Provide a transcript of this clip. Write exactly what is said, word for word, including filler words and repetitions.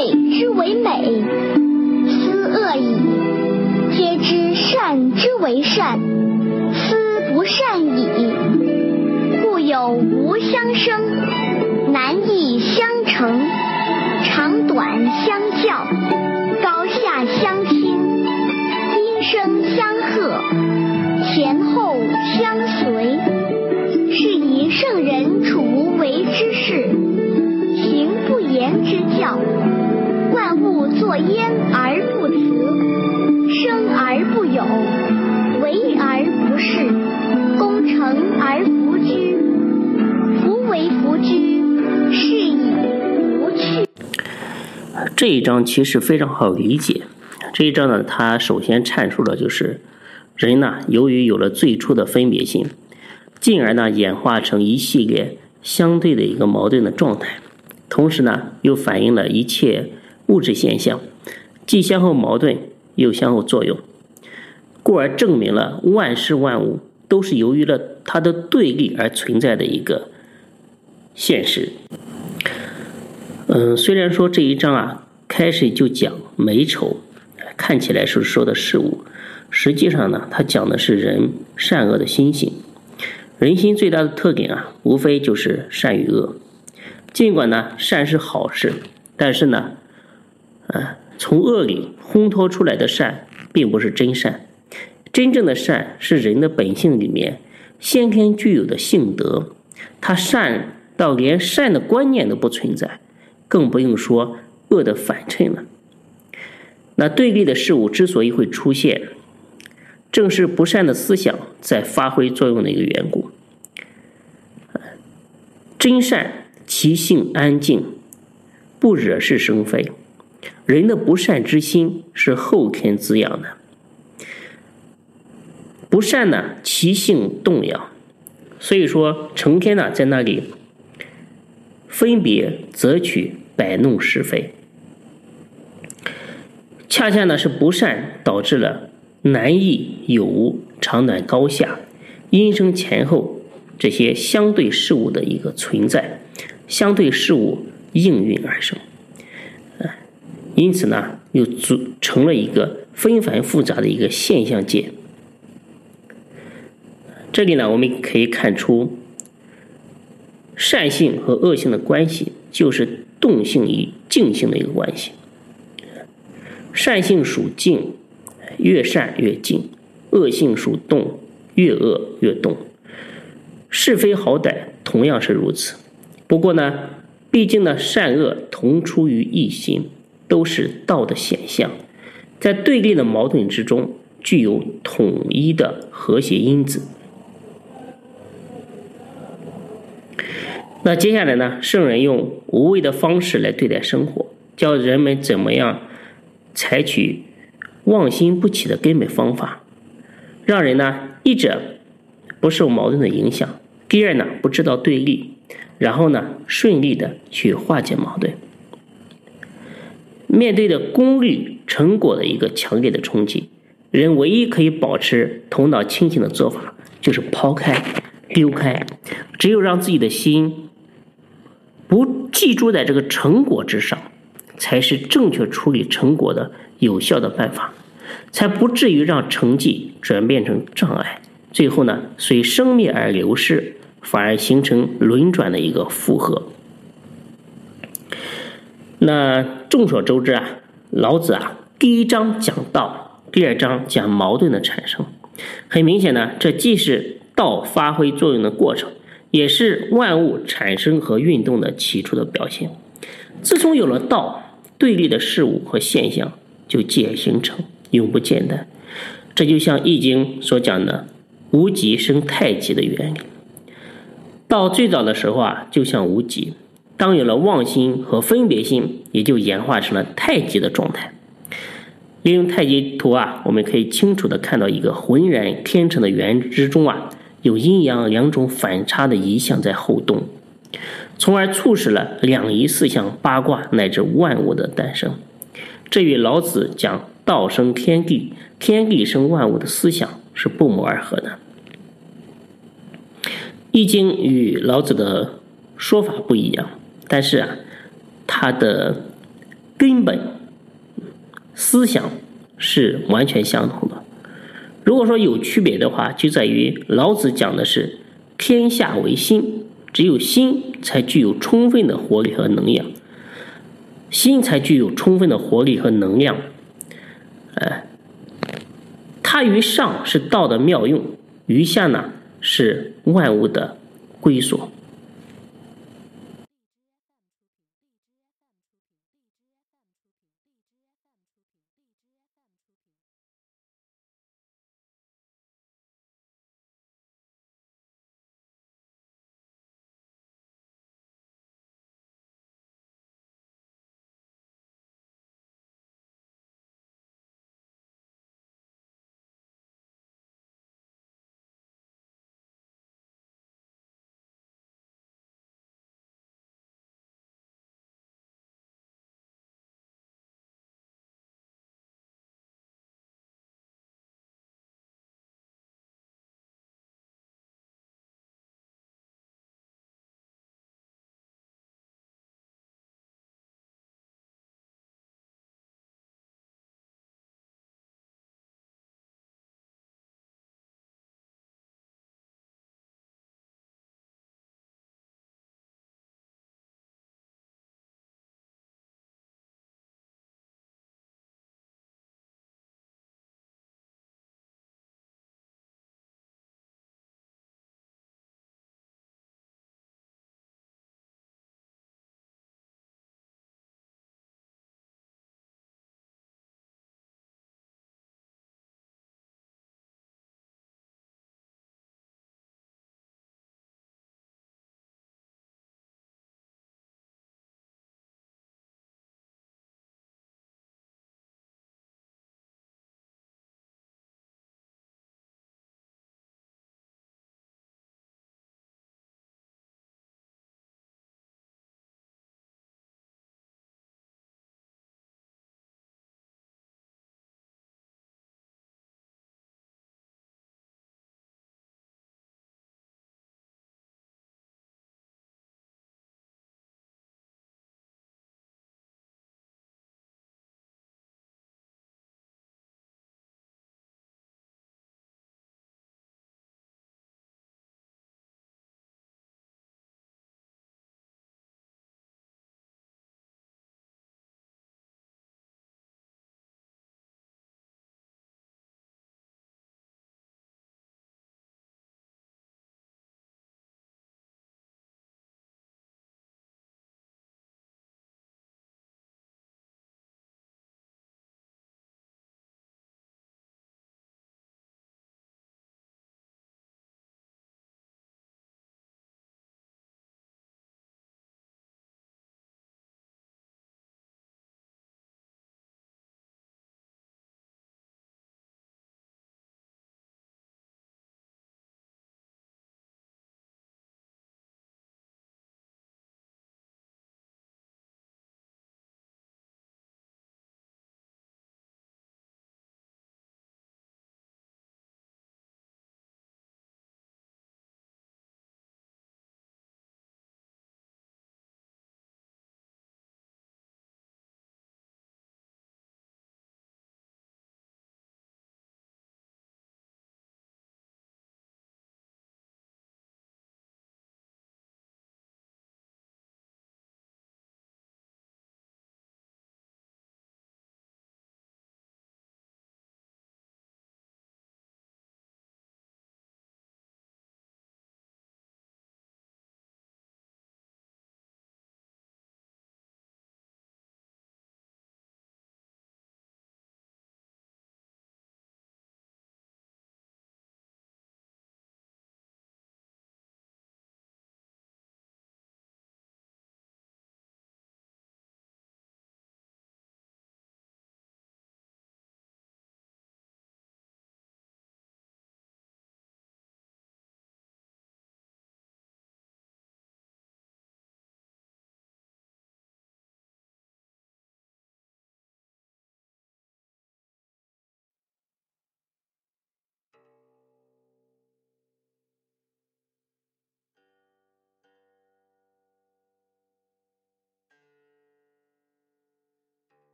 谓之为美，斯恶已；皆知善之为善，斯不善已。故有无相生，难易相成，长短相较，高下相倾，音声相和，前后相随。是以圣人处无为之事，行不言之教。万物作焉而不辞，生而不有，为而不恃，功成而弗居。夫为弗居，是以无去。 这一章其实非常好理解。这一章呢，它首先阐述的就是人呢，由于有了最初的分别心，进而呢演化成一系列相对的一个矛盾的状态，同时呢又反映了一切物质现象，既相互矛盾又相互作用，故而证明了万事万物都是由于了它的对立而存在的一个现实。嗯，虽然说这一章啊开始就讲美丑，看起来是说的事物，实际上呢它讲的是人善恶的心性。人心最大的特点啊，无非就是善与恶。尽管呢善是好事，但是呢呃，从恶里烘托出来的善并不是真善。真正的善是人的本性里面先天具有的性德，它善到连善的观念都不存在，更不用说恶的反衬了。那对立的事物之所以会出现，正是不善的思想在发挥作用的一个缘故。真善其性安静，不惹是生非。人的不善之心是后天滋养的，不善呢其性动摇，所以说成天呢在那里分别择取，摆弄是非。恰恰呢是不善导致了难易有无、长短高下、音声前后这些相对事物的一个存在，相对事物应运而生，因此呢又组成了一个纷繁复杂的一个现象界。这里呢我们可以看出善性和恶性的关系，就是动性与静性的一个关系。善性属静，越善越静；恶性属动，越恶越动。是非好歹同样是如此。不过呢，毕竟呢，善恶同出于一心，都是道的显象，在对立的矛盾之中，具有统一的和谐因子。那接下来呢，圣人用无为的方式来对待生活，教人们怎么样采取忘心不起的根本方法，让人呢一者不受矛盾的影响，第二呢不知道对立，然后呢顺利的去化解矛盾。面对着功利成果的一个强烈的冲击，人唯一可以保持头脑清醒的做法就是抛开丢开，只有让自己的心不寄住在这个成果之上，才是正确处理成果的有效的办法，才不至于让成绩转变成障碍，最后呢随生灭而流逝，反而形成轮转的一个负荷。那众所周知啊，老子啊第一章讲道，第二章讲矛盾的产生。很明显呢，这既是道发挥作用的过程，也是万物产生和运动的起初的表现。自从有了道，对立的事物和现象就继而形成，永不间断。这就像《易经》所讲的无极生太极的原理。道最早的时候啊，就像无极，当有了妄心和分别心，也就演化成了太极的状态。利用太极图啊，我们可以清楚地看到一个浑然天成的圆之中啊，有阴阳两种反差的移象在后动，从而促使了两仪四象八卦乃至万物的诞生。这与老子讲道生天地，天地生万物的思想是不谋而合的。易经与老子的说法不一样，但是啊，它的根本思想是完全相同的。如果说有区别的话，就在于老子讲的是天下为心，只有心才具有充分的活力和能量，心才具有充分的活力和能量。呃，它于上是道的妙用，于下呢是万物的归所。